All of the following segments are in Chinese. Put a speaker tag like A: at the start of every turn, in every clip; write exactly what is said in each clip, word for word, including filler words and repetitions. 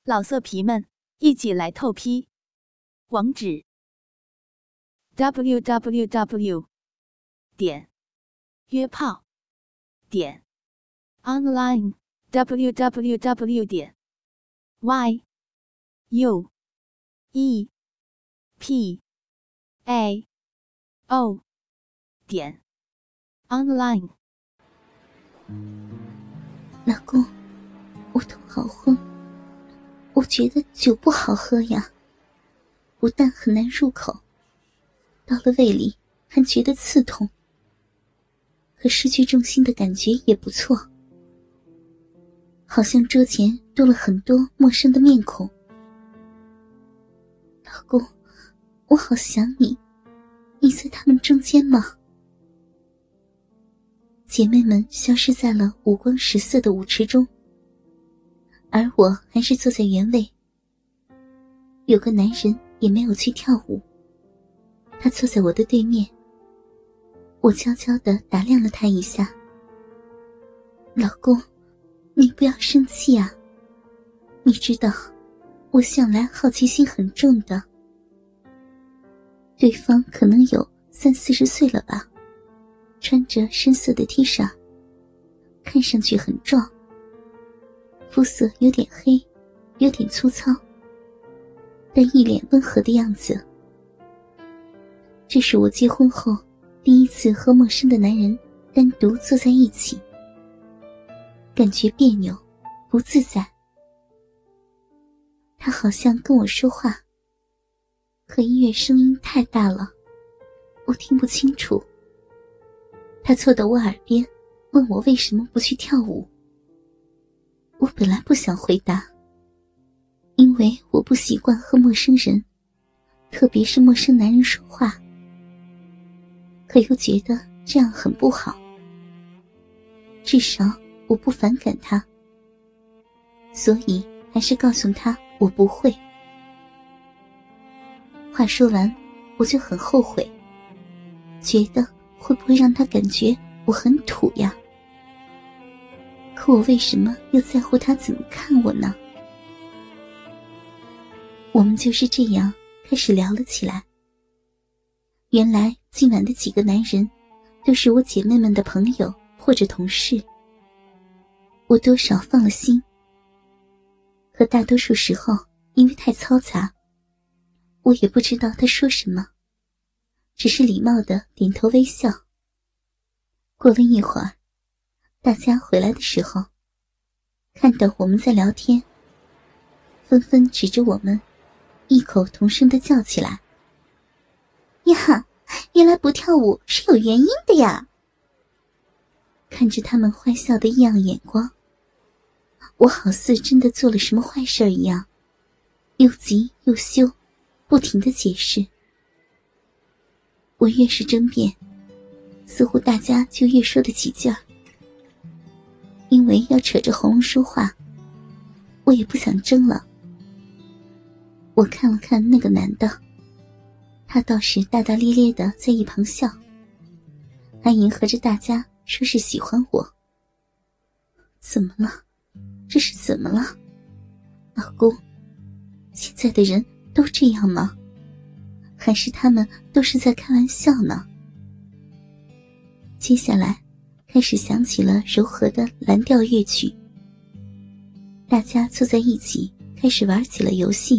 A: 老色皮们，一起来透批！网址 ：double u double u double u 点约炮点 online w w w 点 y u e p a o 点 online。
B: 老公，我头好昏，我觉得酒不好喝呀，不但很难入口，到了胃里还觉得刺痛，可失去重心的感觉也不错，好像桌前多了很多陌生的面孔。老公，我好想你，你在他们中间吗？姐妹们消失在了五光十色的舞池中，而我还是坐在原位。有个男人也没有去跳舞，他坐在我的对面。我悄悄地打量了他一下。老公，你不要生气啊，你知道我向来好奇心很重的。对方可能有三四十岁了吧，穿着深色的 T 恤，看上去很壮，肤色有点黑，有点粗糙，但一脸温和的样子。这是我结婚后第一次和陌生的男人单独坐在一起，感觉别扭，不自在。他好像跟我说话，可音乐声音太大了，我听不清楚。他凑到我耳边问我为什么不去跳舞。我本来不想回答，因为我不习惯和陌生人，特别是陌生男人说话，可又觉得这样很不好。至少我不反感他，所以还是告诉他我不会。话说完，我就很后悔，觉得会不会让他感觉我很土呀？可我为什么又在乎他怎么看我呢？我们就是这样开始聊了起来。原来今晚的几个男人都是我姐妹们的朋友或者同事，我多少放了心。可大多数时候因为太嘈杂，我也不知道他说什么，只是礼貌地点头微笑。过了一会儿，大家回来的时候，看到我们在聊天，纷纷指着我们，异口同声地叫起来：呀，原来不跳舞是有原因的呀！看着他们坏笑的异样眼光，我好似真的做了什么坏事一样，又急又羞，不停地解释。我越是争辩，似乎大家就越说得起劲儿。因为要扯着喉咙说话，我也不想争了。我看了看那个男的，他倒是大大咧咧的在一旁笑，还迎合着大家说是喜欢我。怎么了？这是怎么了？老公，现在的人都这样吗？还是他们都是在开玩笑呢？接下来开始响起了柔和的蓝调乐曲，大家坐在一起开始玩起了游戏。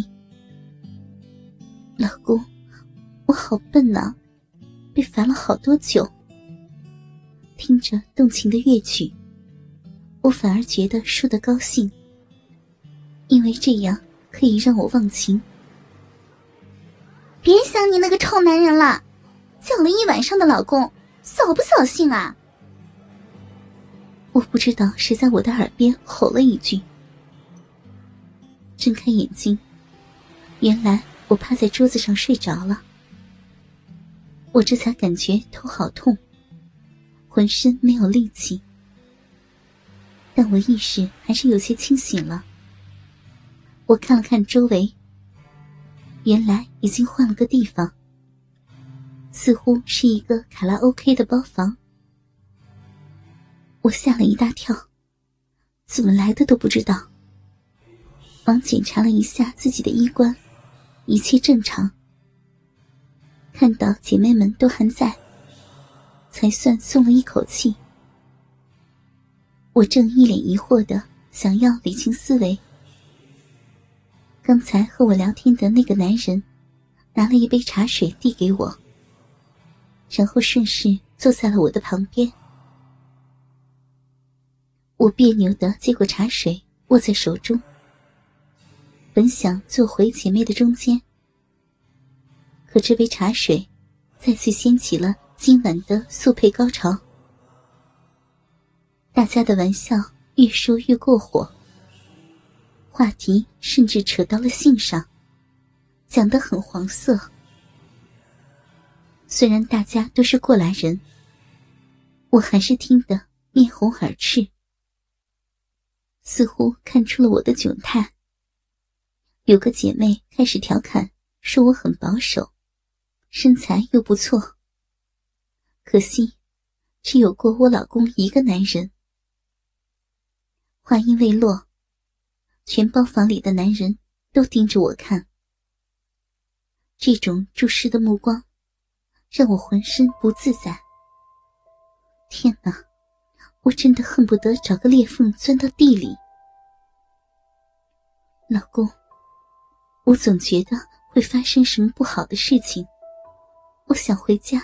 B: 老公，我好笨呐，被罚了好多酒。听着动情的乐曲，我反而觉得输得高兴，因为这样可以让我忘情。
C: 别想你那个臭男人了，叫了一晚上的老公，扫不扫兴啊？
B: 我不知道谁在我的耳边吼了一句。睁开眼睛，原来我趴在桌子上睡着了。我这才感觉头好痛，浑身没有力气，但我意识还是有些清醒了。我看了看周围，原来已经换了个地方，似乎是一个卡拉 OK 的包房。我吓了一大跳，怎么来的都不知道。 忙检查了一下自己的衣冠，一切正常。看到姐妹们都还在，才算松了一口气。我正一脸疑惑的想要理清思维，刚才和我聊天的那个男人拿了一杯茶水递给我，然后顺势坐在了我的旁边。我别扭地接过茶水，握在手中，本想坐回姐妹的中间，可这杯茶水再次掀起了今晚的速配高潮。大家的玩笑越说越过火，话题甚至扯到了性上，讲得很黄色。虽然大家都是过来人，我还是听得面红耳赤，似乎看出了我的窘态。有个姐妹开始调侃说我很保守，身材又不错，可惜只有过我老公一个男人。话音未落，全包房里的男人都盯着我看，这种注视的目光让我浑身不自在。天哪，我真的恨不得找个裂缝钻到地里。老公，我总觉得会发生什么不好的事情，我想回家。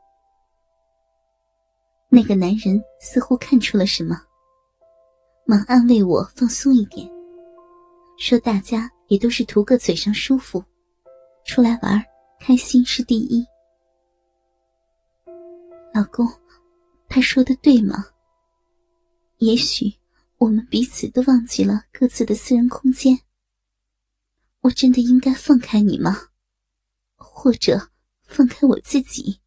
B: 那个男人似乎看出了什么，忙安慰我放松一点，说大家也都是图个嘴上舒服，出来玩开心是第一。老公，他说的对吗？也许我们彼此都忘记了各自的私人空间，我真的应该放开你吗？或者放开我自己？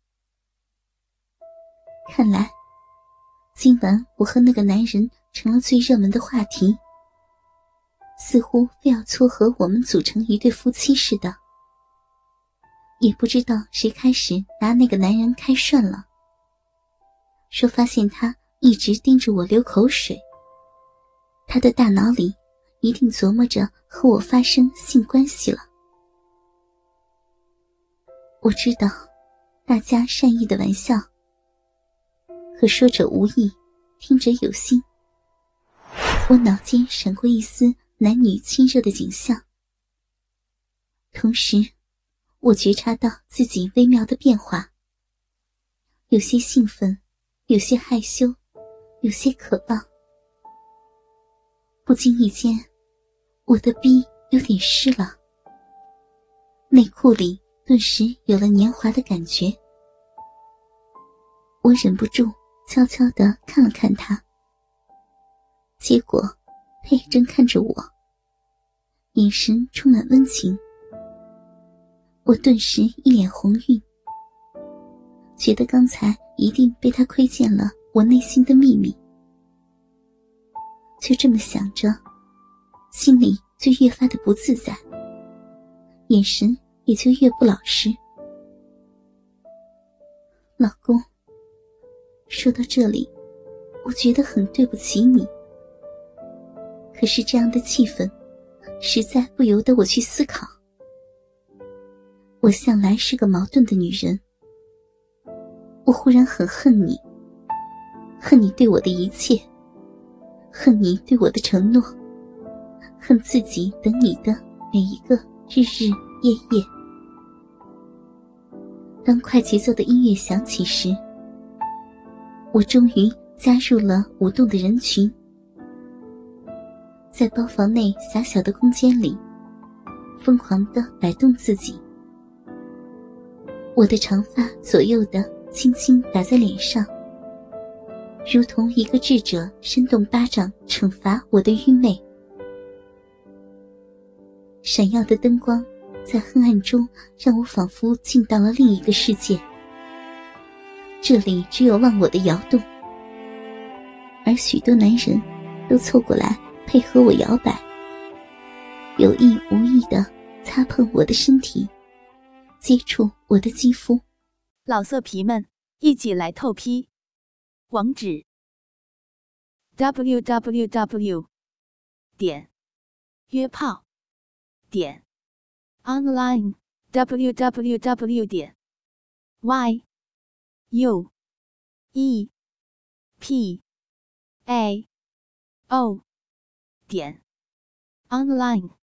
B: 看来今晚我和那个男人成了最热门的话题，似乎非要撮合我们组成一对夫妻似的。也不知道谁开始拿那个男人开涮了，说发现他一直盯着我流口水，他的大脑里一定琢磨着和我发生性关系了。我知道大家善意的玩笑，可说者无意，听者有心。我脑间闪过一丝男女亲热的景象，同时我觉察到自己微妙的变化，有些兴奋，有些害羞，有些渴望。不经意间，我的逼有点湿了，内裤里顿时有了黏滑的感觉。我忍不住悄悄地看了看他，结果他也正看着我，眼神充满温情。我顿时一脸红晕，觉得刚才一定被他窥见了我内心的秘密。就这么想着，心里就越发的不自在，眼神也就越不老实。老公，说到这里，我觉得很对不起你。可是这样的气氛，实在不由得我去思考。我向来是个矛盾的女人，我忽然很恨你，恨你对我的一切，恨你对我的承诺，恨自己等你的每一个日日夜夜。当快节奏的音乐响起时，我终于加入了舞动的人群，在包房内狭小的空间里疯狂地摆动自己。我的长发左右地轻轻打在脸上，如同一个智者扇动巴掌惩罚我的愚昧。闪耀的灯光在黑暗中让我仿佛进到了另一个世界，这里只有忘我的摇动，而许多男人都凑过来配合我摇摆，有意无意地擦碰我的身体，接触我的肌肤。
A: 老色皮们，一起来透批！网址 ：double u double u double u 点约炮点 online www 点 y u e p a o 点 online。